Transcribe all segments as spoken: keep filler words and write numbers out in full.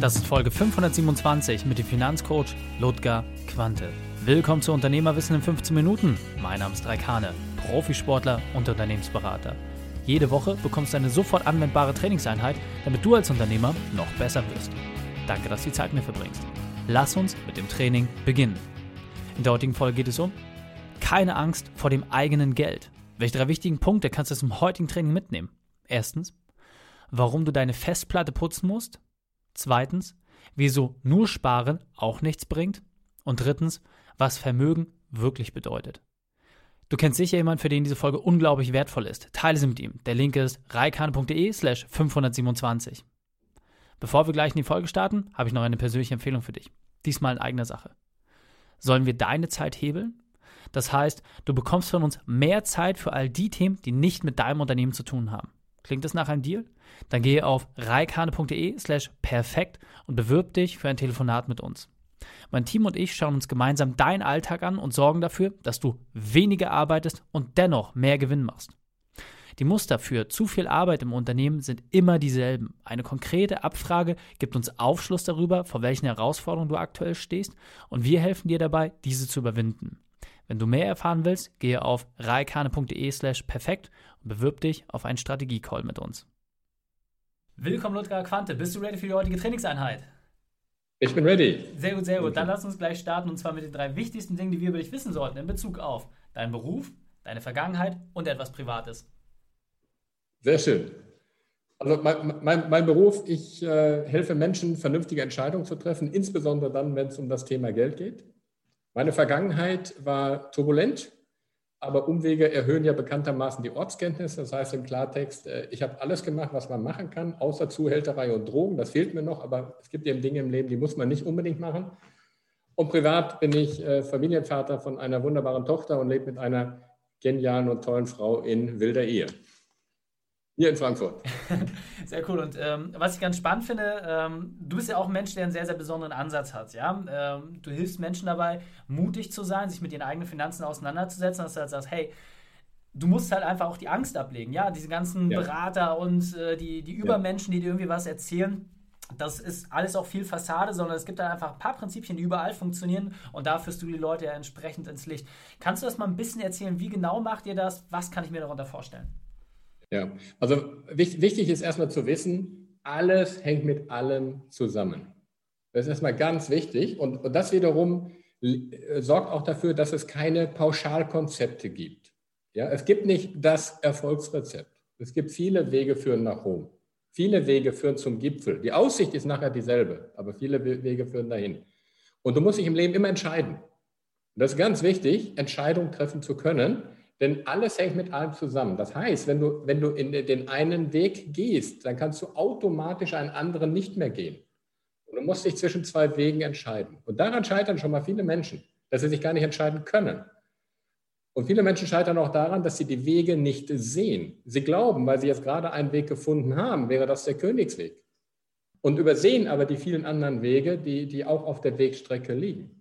Das ist Folge fünfhundertsiebenundzwanzig mit dem Finanzcoach Ludger Quante. Willkommen zu Unternehmerwissen in fünfzehn Minuten. Mein Name ist Raik Hane, Profisportler und Unternehmensberater. Jede Woche bekommst du eine sofort anwendbare Trainingseinheit, damit du als Unternehmer noch besser wirst. Danke, dass du die Zeit mit mir verbringst. Lass uns mit dem Training beginnen. In der heutigen Folge geht es um keine Angst vor dem eigenen Geld. Welche drei wichtigen Punkte kannst du zum heutigen Training mitnehmen? Erstens, warum du deine Festplatte putzen musst. Zweitens, wieso nur Sparen auch nichts bringt. Und drittens, was Vermögen wirklich bedeutet. Du kennst sicher jemanden, für den diese Folge unglaublich wertvoll ist. Teile sie mit ihm. Der Link ist raikane.de slash 527. Bevor wir gleich in die Folge starten, habe ich noch eine persönliche Empfehlung für dich. Diesmal in eigener Sache. Sollen wir deine Zeit hebeln? Das heißt, du bekommst von uns mehr Zeit für all die Themen, die nicht mit deinem Unternehmen zu tun haben. Klingt das nach einem Deal? Dann gehe auf raikane.de slash perfekt und bewirb dich für ein Telefonat mit uns. Mein Team und ich schauen uns gemeinsam deinen Alltag an und sorgen dafür, dass du weniger arbeitest und dennoch mehr Gewinn machst. Die Muster für zu viel Arbeit im Unternehmen sind immer dieselben. Eine konkrete Abfrage gibt uns Aufschluss darüber, vor welchen Herausforderungen du aktuell stehst, und wir helfen dir dabei, diese zu überwinden. Wenn du mehr erfahren willst, gehe auf raikane.de slash perfekt und bewirb dich auf einen Strategie-Call mit uns. Willkommen, Ludger Quante. Bist du ready für die heutige Trainingseinheit? Ich bin ready. Sehr gut, sehr gut. Dann lass uns gleich starten, und zwar mit den drei wichtigsten Dingen, die wir über dich wissen sollten in Bezug auf deinen Beruf, deine Vergangenheit und etwas Privates. Sehr schön. Also mein, mein, mein Beruf, ich äh, helfe Menschen, vernünftige Entscheidungen zu treffen, insbesondere dann, wenn es um das Thema Geld geht. Meine Vergangenheit war turbulent, aber Umwege erhöhen ja bekanntermaßen die Ortskenntnis. Das heißt im Klartext, äh, ich habe alles gemacht, was man machen kann, außer Zuhälterei und Drogen. Das fehlt mir noch, aber es gibt eben Dinge im Leben, die muss man nicht unbedingt machen. Und privat bin ich äh, Familienvater von einer wunderbaren Tochter und lebe mit einer genialen und tollen Frau in wilder Ehe. Hier in Frankfurt. Sehr cool. Und ähm, was ich ganz spannend finde, ähm, du bist ja auch ein Mensch, der einen sehr, sehr besonderen Ansatz hat. Ja? Ähm, du hilfst Menschen dabei, mutig zu sein, sich mit ihren eigenen Finanzen auseinanderzusetzen, dass du halt sagst, hey, du musst halt einfach auch die Angst ablegen. Ja, diese ganzen ja. Berater und äh, die, die Übermenschen, die dir irgendwie was erzählen, das ist alles auch viel Fassade, sondern es gibt dann einfach ein paar Prinzipien, die überall funktionieren, und da führst du die Leute ja entsprechend ins Licht. Kannst du das mal ein bisschen erzählen? Wie genau macht ihr das? Was kann ich mir darunter vorstellen? Ja, also wichtig ist erstmal zu wissen, alles hängt mit allem zusammen. Das ist erstmal ganz wichtig, und, und das wiederum sorgt auch dafür, dass es keine Pauschalkonzepte gibt. Ja, es gibt nicht das Erfolgsrezept. Es gibt viele Wege führen nach Rom. Viele Wege führen zum Gipfel. Die Aussicht ist nachher dieselbe, aber viele Wege führen dahin. Und du musst dich im Leben immer entscheiden. Und das ist ganz wichtig, Entscheidungen treffen zu können. Denn alles hängt mit allem zusammen. Das heißt, wenn du, wenn du in den einen Weg gehst, dann kannst du automatisch einen anderen nicht mehr gehen. Und du musst dich zwischen zwei Wegen entscheiden. Und daran scheitern schon mal viele Menschen, dass sie sich gar nicht entscheiden können. Und viele Menschen scheitern auch daran, dass sie die Wege nicht sehen. Sie glauben, weil sie jetzt gerade einen Weg gefunden haben, wäre das der Königsweg. Und übersehen aber die vielen anderen Wege, die, die auch auf der Wegstrecke liegen.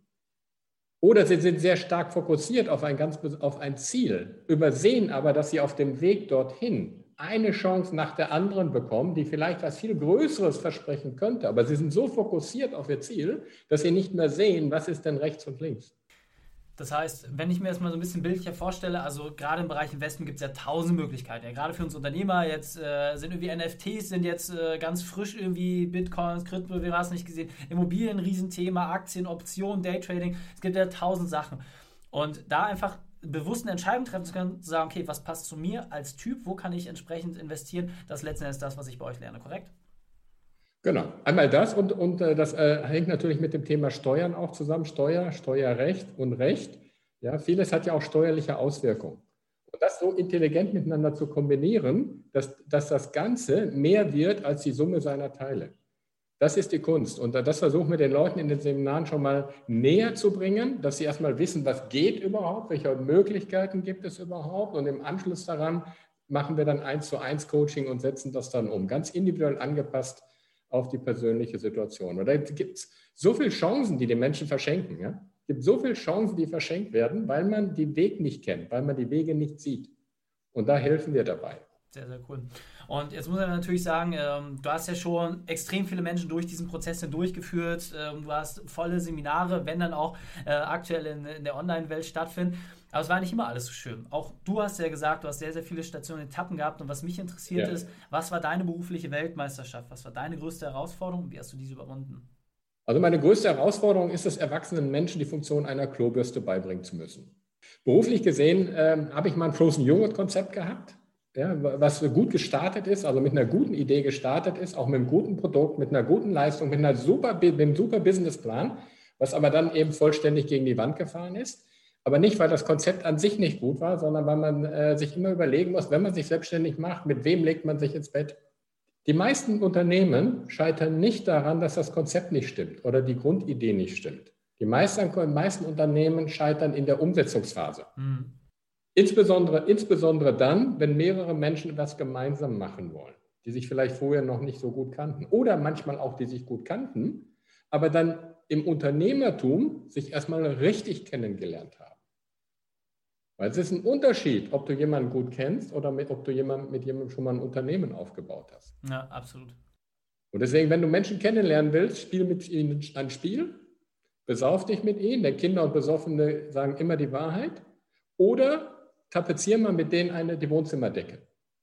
Oder sie sind sehr stark fokussiert auf ein, ganz, auf ein Ziel, übersehen aber, dass sie auf dem Weg dorthin eine Chance nach der anderen bekommen, die vielleicht was viel Größeres versprechen könnte. Aber sie sind so fokussiert auf ihr Ziel, dass sie nicht mehr sehen, was ist denn rechts und links. Das heißt, wenn ich mir das mal so ein bisschen bildlicher vorstelle, also gerade im Bereich Investment gibt es ja tausend Möglichkeiten. Ja, gerade für uns Unternehmer, jetzt äh, sind irgendwie N F Ts, sind jetzt äh, ganz frisch irgendwie Bitcoins, Krypto, wir haben es nicht gesehen, Immobilien, Riesenthema, Aktien, Optionen, Daytrading, es gibt ja tausend Sachen. Und da einfach bewusst eine Entscheidung treffen zu können, zu sagen, okay, was passt zu mir als Typ, wo kann ich entsprechend investieren, das ist letzten Endes das, was ich bei euch lerne, korrekt? Genau, einmal das, und, und äh, das äh, hängt natürlich mit dem Thema Steuern auch zusammen, Steuer, Steuerrecht und Recht. Ja, vieles hat ja auch steuerliche Auswirkungen. Und das so intelligent miteinander zu kombinieren, dass, dass das Ganze mehr wird als die Summe seiner Teile. Das ist die Kunst, und äh, das versuchen wir den Leuten in den Seminaren schon mal näher zu bringen, dass sie erstmal wissen, was geht überhaupt, welche Möglichkeiten gibt es überhaupt, und im Anschluss daran machen wir dann eins zu eins Coaching und setzen das dann um, ganz individuell angepasst auf die persönliche Situation. Und da gibt es so viele Chancen, die die Menschen verschenken. Ja? Es gibt so viele Chancen, die verschenkt werden, weil man den Weg nicht kennt, weil man die Wege nicht sieht. Und da helfen wir dabei. Sehr, sehr cool. Und jetzt muss man natürlich sagen, ähm, du hast ja schon extrem viele Menschen durch diesen Prozess hindurchgeführt. Ähm, du hast volle Seminare, wenn dann auch äh, aktuell in, in der Online-Welt stattfinden. Aber es war nicht immer alles so schön. Auch du hast ja gesagt, du hast sehr, sehr viele Stationen, Etappen gehabt. Und was mich interessiert Ja. ist, was war deine berufliche Weltmeisterschaft? Was war deine größte Herausforderung und wie hast du diese überwunden? Also meine größte Herausforderung ist es, erwachsenen Menschen die Funktion einer Klobürste beibringen zu müssen. Beruflich gesehen ähm, habe ich mal ein Frozen Joghurt Konzept gehabt. Ja, was gut gestartet ist, also mit einer guten Idee gestartet ist, auch mit einem guten Produkt, mit einer guten Leistung, mit, einer super, mit einem super Businessplan, was aber dann eben vollständig gegen die Wand gefahren ist. Aber nicht, weil das Konzept an sich nicht gut war, sondern weil man äh, sich immer überlegen muss, wenn man sich selbstständig macht, mit wem legt man sich ins Bett. Die meisten Unternehmen scheitern nicht daran, dass das Konzept nicht stimmt oder die Grundidee nicht stimmt. Die meisten, meisten Unternehmen scheitern in der Umsetzungsphase. Mhm. Insbesondere, insbesondere dann, wenn mehrere Menschen etwas gemeinsam machen wollen, die sich vielleicht vorher noch nicht so gut kannten oder manchmal auch, die sich gut kannten, aber dann im Unternehmertum sich erstmal richtig kennengelernt haben. Weil es ist ein Unterschied, ob du jemanden gut kennst oder mit, ob du jemand, mit jemandem schon mal ein Unternehmen aufgebaut hast. Ja, absolut. Und deswegen, wenn du Menschen kennenlernen willst, spiel mit ihnen ein Spiel, besauf dich mit ihnen, denn Kinder und Besoffene sagen immer die Wahrheit, oder tapezier mal mit denen eine, die Wohnzimmerdecke.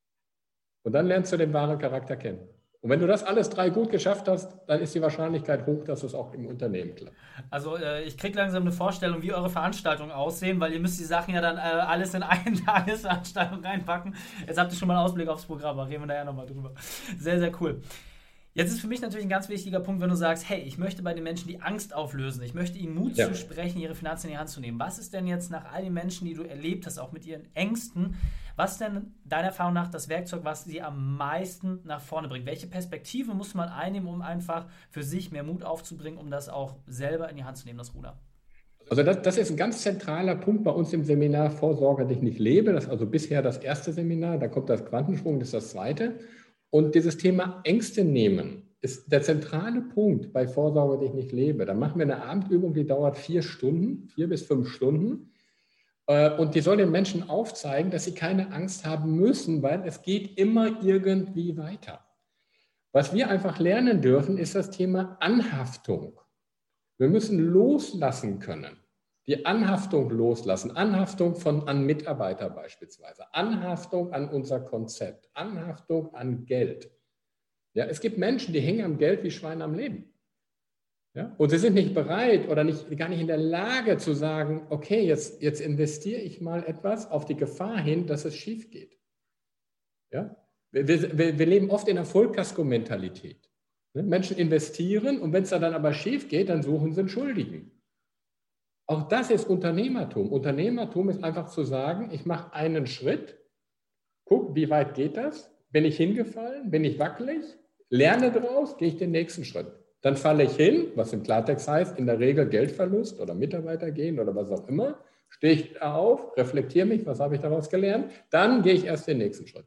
Und dann lernst du den wahren Charakter kennen. Und wenn du das alles drei gut geschafft hast, dann ist die Wahrscheinlichkeit hoch, dass es auch im Unternehmen klappt. Also äh, ich kriege langsam eine Vorstellung, wie eure Veranstaltungen aussehen, weil ihr müsst die Sachen ja dann äh, alles in eine Tagesveranstaltung reinpacken. Jetzt habt ihr schon mal einen Ausblick aufs Programm, da reden wir nachher nochmal drüber. Sehr, sehr cool. Jetzt ist für mich natürlich ein ganz wichtiger Punkt, wenn du sagst, hey, ich möchte bei den Menschen die Angst auflösen, ich möchte ihnen Mut ja. zu sprechen, ihre Finanzen in die Hand zu nehmen. Was ist denn jetzt nach all den Menschen, die du erlebt hast, auch mit ihren Ängsten, was ist denn deiner Erfahrung nach das Werkzeug, was sie am meisten nach vorne bringt? Welche Perspektive muss man einnehmen, um einfach für sich mehr Mut aufzubringen, um das auch selber in die Hand zu nehmen, das Ruder? Also das, das ist ein ganz zentraler Punkt bei uns im Seminar Vorsorge dich nicht lebe. Das ist also bisher das erste Seminar, da kommt das Quantensprung, das ist das zweite. Und dieses Thema Ängste nehmen ist der zentrale Punkt bei Vorsorge dich nicht lebe. Da machen wir eine Abendübung, die dauert vier Stunden, vier bis fünf Stunden. Und die soll den Menschen aufzeigen, dass sie keine Angst haben müssen, weil es geht immer irgendwie weiter. Was wir einfach lernen dürfen, ist das Thema Anhaftung. Wir müssen loslassen können. Die Anhaftung loslassen. Anhaftung von, an Mitarbeiter beispielsweise. Anhaftung an unser Konzept. Anhaftung an Geld. Ja, es gibt Menschen, die hängen am Geld wie Schweine am Leben. Ja? Und sie sind nicht bereit oder nicht, gar nicht in der Lage zu sagen, okay, jetzt, jetzt investiere ich mal etwas auf die Gefahr hin, dass es schief geht. Ja? Wir, wir, wir leben oft in einer Vollkasko-Mentalität. Ne? Menschen investieren und wenn es dann aber schief geht, dann suchen sie einen Schuldigen. Auch das ist Unternehmertum. Unternehmertum ist einfach zu sagen, ich mache einen Schritt, guck, wie weit geht das? Bin ich hingefallen? Bin ich wackelig? Lerne daraus, gehe ich den nächsten Schritt. Dann falle ich hin, was im Klartext heißt, in der Regel Geldverlust oder Mitarbeiter gehen oder was auch immer. Stehe ich auf, reflektiere mich, was habe ich daraus gelernt? Dann gehe ich erst den nächsten Schritt.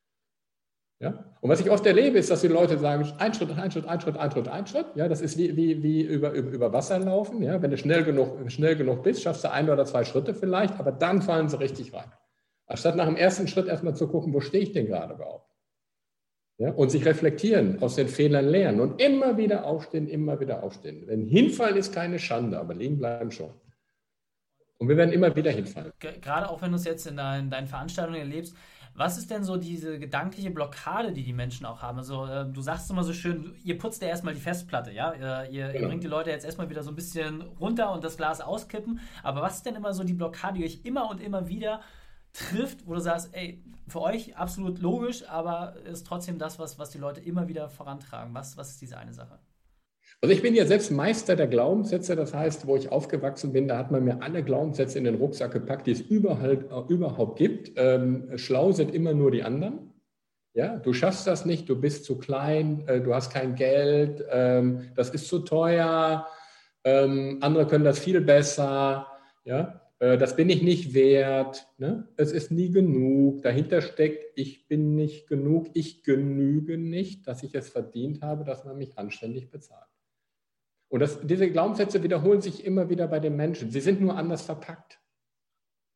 Ja? Und was ich oft erlebe, ist, dass die Leute sagen, ein Schritt, ein Schritt, ein Schritt, ein Schritt, ein Schritt. Ja, das ist wie, wie, wie über, über, über Wasser laufen. Ja? Wenn du schnell genug, schnell genug bist, schaffst du ein oder zwei Schritte vielleicht, aber dann fallen sie richtig rein. Anstatt nach dem ersten Schritt erstmal zu gucken, wo stehe ich denn gerade überhaupt? Ja, und sich reflektieren, aus den Fehlern lernen und immer wieder aufstehen, immer wieder aufstehen. Denn hinfallen ist keine Schande, aber liegen bleiben schon. Und wir werden immer wieder hinfallen. Gerade auch wenn du es jetzt in deinen, deinen Veranstaltungen erlebst, was ist denn so diese gedankliche Blockade, die die Menschen auch haben? Also äh, du sagst immer so schön, ihr putzt ja erstmal die Festplatte, ja? Ihr, ihr, genau. ihr bringt die Leute jetzt erstmal wieder so ein bisschen runter und das Glas auskippen. Aber was ist denn immer so die Blockade, die euch immer und immer wieder trifft, wo du sagst, ey, für euch absolut logisch, aber ist trotzdem das, was, was die Leute immer wieder vorantragen. Was, was ist diese eine Sache? Also ich bin ja selbst Meister der Glaubenssätze, das heißt, wo ich aufgewachsen bin, da hat man mir alle Glaubenssätze in den Rucksack gepackt, die es überhaupt, überhaupt gibt. Ähm, schlau sind immer nur die anderen. Ja, du schaffst das nicht, du bist zu klein, äh, du hast kein Geld, ähm, das ist zu teuer, ähm, andere können das viel besser, ja. Das bin ich nicht wert, ne? Es ist nie genug, dahinter steckt, ich bin nicht genug, ich genüge nicht, dass ich es verdient habe, dass man mich anständig bezahlt. Und das, diese Glaubenssätze wiederholen sich immer wieder bei den Menschen, sie sind nur anders verpackt.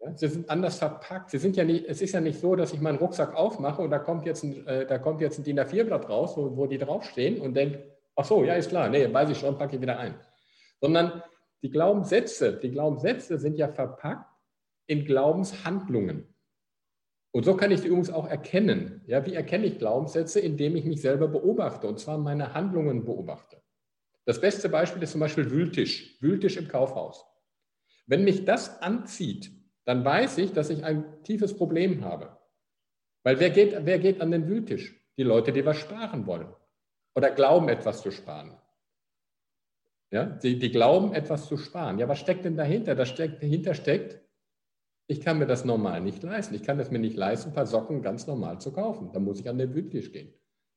Ja, sie sind anders verpackt. Sie sind ja nicht, es ist ja nicht so, dass ich meinen Rucksack aufmache und da kommt jetzt ein, äh, da kommt jetzt ein D I N A vier Blatt raus, wo, wo die draufstehen und denke, ach so, ja, ist klar, nee, weiß ich schon, packe ich wieder ein. Sondern die Glaubenssätze, die Glaubenssätze sind ja verpackt in Glaubenshandlungen. Und so kann ich die übrigens auch erkennen. Ja, wie erkenne ich Glaubenssätze? Indem ich mich selber beobachte, und zwar meine Handlungen beobachte. Das beste Beispiel ist zum Beispiel Wühltisch, Wühltisch im Kaufhaus. Wenn mich das anzieht, dann weiß ich, dass ich ein tiefes Problem habe. Weil wer geht, wer geht an den Wühltisch? Die Leute, die was sparen wollen oder glauben, etwas zu sparen. Ja, die, die glauben, etwas zu sparen. Ja, was steckt denn dahinter? Das steckt, dahinter steckt, ich kann mir das normal nicht leisten. Ich kann es mir nicht leisten, ein paar Socken ganz normal zu kaufen. Da muss ich an den Wühltisch gehen.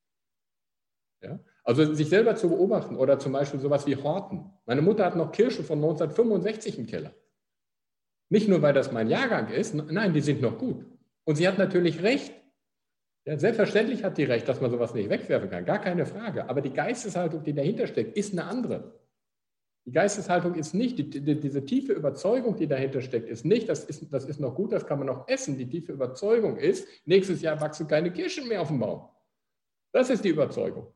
Ja? Also sich selber zu beobachten oder zum Beispiel sowas wie Horten. Meine Mutter hat noch Kirschen von neunzehnhundertfünfundsechzig im Keller. Nicht nur, weil das mein Jahrgang ist, nein, die sind noch gut. Und sie hat natürlich recht. Ja, selbstverständlich hat die recht, dass man sowas nicht wegwerfen kann, gar keine Frage. Aber die Geisteshaltung, die dahinter steckt, ist eine andere. Die Geisteshaltung ist nicht, die, die, diese tiefe Überzeugung, die dahinter steckt, ist nicht, das ist, das ist noch gut, das kann man noch essen. Die tiefe Überzeugung ist, nächstes Jahr wachsen keine Kirschen mehr auf dem Baum. Das ist die Überzeugung.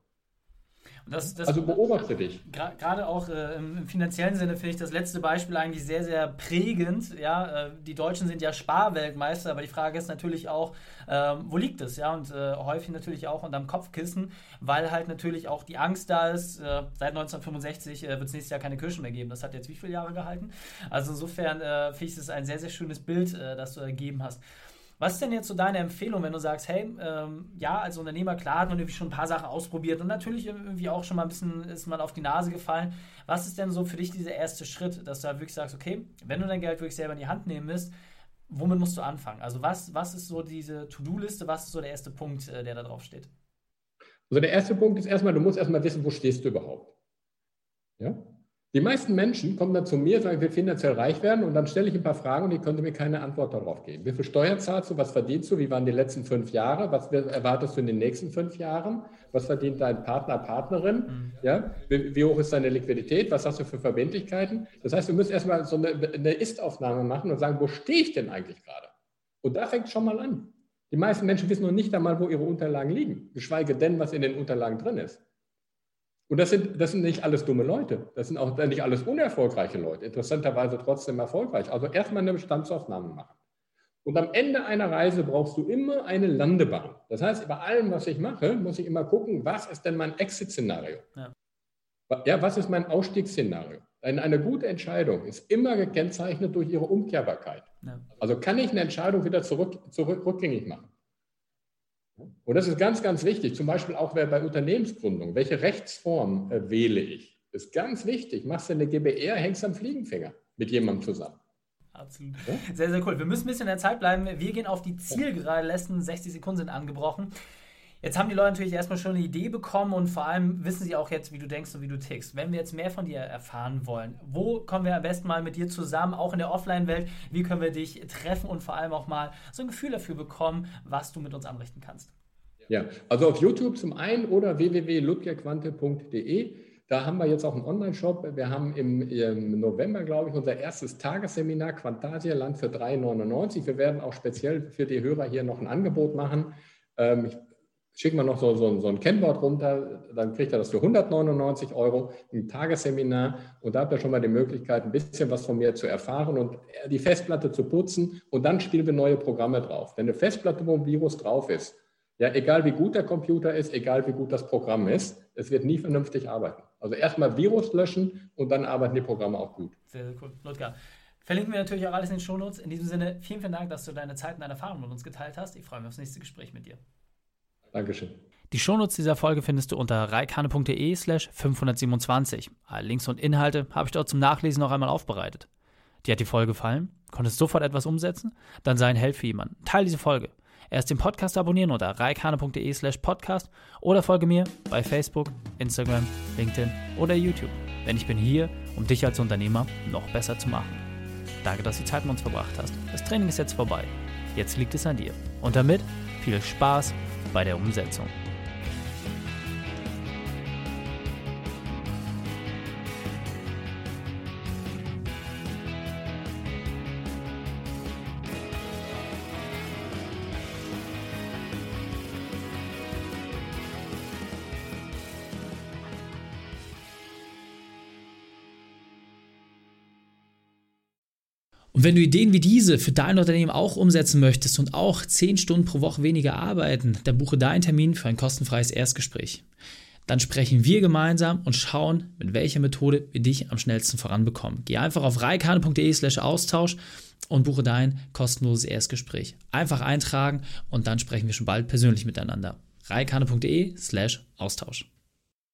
Das, das, also beobachte dich. Gerade auch äh, im finanziellen Sinne finde ich das letzte Beispiel eigentlich sehr, sehr prägend. Ja, äh, die Deutschen sind ja Sparweltmeister, aber die Frage ist natürlich auch, äh, wo liegt es? Ja, und äh, häufig natürlich auch unterm Kopfkissen, weil halt natürlich auch die Angst da ist. Äh, seit neunzehnhundertfünfundsechzig äh, wird es nächstes Jahr keine Kirschen mehr geben. Das hat jetzt wie viele Jahre gehalten? Also insofern äh, finde ich es ein sehr, sehr schönes Bild, äh, das du ergeben hast. Was ist denn jetzt so deine Empfehlung, wenn du sagst, hey, ähm, ja, als Unternehmer, klar, hat man irgendwie schon ein paar Sachen ausprobiert und natürlich irgendwie auch schon mal ein bisschen ist man auf die Nase gefallen. Was ist denn so für dich dieser erste Schritt, dass du halt wirklich sagst, okay, wenn du dein Geld wirklich selber in die Hand nehmen willst, womit musst du anfangen? Also was, was ist so diese To-Do-Liste, was ist so der erste Punkt, äh, der da drauf steht? Also der erste Punkt ist erstmal, du musst erstmal wissen, wo stehst du überhaupt. Ja? Die meisten Menschen kommen dann zu mir und sagen, ich will finanziell reich werden und dann stelle ich ein paar Fragen und die können mir keine Antwort darauf geben. Wie viel Steuern zahlst du? Was verdienst du? Wie waren die letzten fünf Jahre? Was erwartest du in den nächsten fünf Jahren? Was verdient dein Partner, Partnerin? Mhm. Ja? Wie, wie hoch ist deine Liquidität? Was hast du für Verbindlichkeiten? Das heißt, du musst erstmal so eine, eine Ist-Aufnahme machen und sagen, wo stehe ich denn eigentlich gerade? Und da fängt es schon mal an. Die meisten Menschen wissen noch nicht einmal, wo ihre Unterlagen liegen, geschweige denn, was in den Unterlagen drin ist. Und das sind, das sind nicht alles dumme Leute, das sind auch nicht alles unerfolgreiche Leute, interessanterweise trotzdem erfolgreich. Also erstmal eine Bestandsaufnahme machen. Und am Ende einer Reise brauchst du immer eine Landebahn. Das heißt, bei allem, was ich mache, muss ich immer gucken, was ist denn mein Exit-Szenario? Ja. Ja, was ist mein Ausstiegsszenario? Eine gute Entscheidung ist immer gekennzeichnet durch ihre Umkehrbarkeit. Ja. Also kann ich eine Entscheidung wieder zurück, zurück rückgängig machen? Und das ist ganz, ganz wichtig, zum Beispiel auch bei Unternehmensgründung. Welche Rechtsform äh, wähle ich? Das ist ganz wichtig. Machst du eine G b R, hängst am Fliegenfänger mit jemandem zusammen. Absolut. Ja? Sehr, sehr cool. Wir müssen ein bisschen in der Zeit bleiben. Wir gehen auf die Zielgerade. Die letzten sechzig Sekunden sind angebrochen. Jetzt haben die Leute natürlich erstmal schon eine Idee bekommen und vor allem wissen sie auch jetzt, wie du denkst und wie du tickst. Wenn wir jetzt mehr von dir erfahren wollen, wo kommen wir am besten mal mit dir zusammen, auch in der Offline-Welt? Wie können wir dich treffen und vor allem auch mal so ein Gefühl dafür bekommen, was du mit uns anrichten kannst? Ja, also auf YouTube zum einen oder w w w punkt ludger quante punkt d e. Da haben wir jetzt auch einen Online-Shop. Wir haben im, im November, glaube ich, unser erstes Tagesseminar Quantasialand für drei neunundneunzig. Wir werden auch speziell für die Hörer hier noch ein Angebot machen. Ähm, ich Schicken wir noch so, so, so ein Kennwort runter, dann kriegt er das für hundertneunundneunzig Euro im Tagesseminar und da habt ihr schon mal die Möglichkeit, ein bisschen was von mir zu erfahren und die Festplatte zu putzen und dann spielen wir neue Programme drauf. Wenn eine Festplatte, wo ein Virus drauf ist, ja, egal wie gut der Computer ist, egal wie gut das Programm ist, es wird nie vernünftig arbeiten. Also erstmal Virus löschen und dann arbeiten die Programme auch gut. Sehr, sehr cool. Ludger, verlinken wir natürlich auch alles in den Shownotes. In diesem Sinne, vielen, vielen Dank, dass du deine Zeit und deine Erfahrungen mit uns geteilt hast. Ich freue mich aufs nächste Gespräch mit dir. Dankeschön. Die Shownotes dieser Folge findest du unter reikane.de slash fünfhundertsiebenundzwanzig. Alle Links und Inhalte habe ich dort zum Nachlesen noch einmal aufbereitet. Dir hat die Folge gefallen? Konntest sofort etwas umsetzen? Dann sei ein Held für jemanden. Teil diese Folge. Erst den Podcast abonnieren unter reikane.de slash podcast oder folge mir bei Facebook, Instagram, LinkedIn oder YouTube. Denn ich bin hier, um dich als Unternehmer noch besser zu machen. Danke, dass du die Zeit mit uns verbracht hast. Das Training ist jetzt vorbei. Jetzt liegt es an dir. Und damit viel Spaß bei der Umsetzung. Und wenn du Ideen wie diese für dein Unternehmen auch umsetzen möchtest und auch zehn Stunden pro Woche weniger arbeiten, dann buche deinen Termin für ein kostenfreies Erstgespräch. Dann sprechen wir gemeinsam und schauen, mit welcher Methode wir dich am schnellsten voranbekommen. Geh einfach auf reikane.de slash Austausch und buche dein kostenloses Erstgespräch. Einfach eintragen und dann sprechen wir schon bald persönlich miteinander. reikane.de slash Austausch.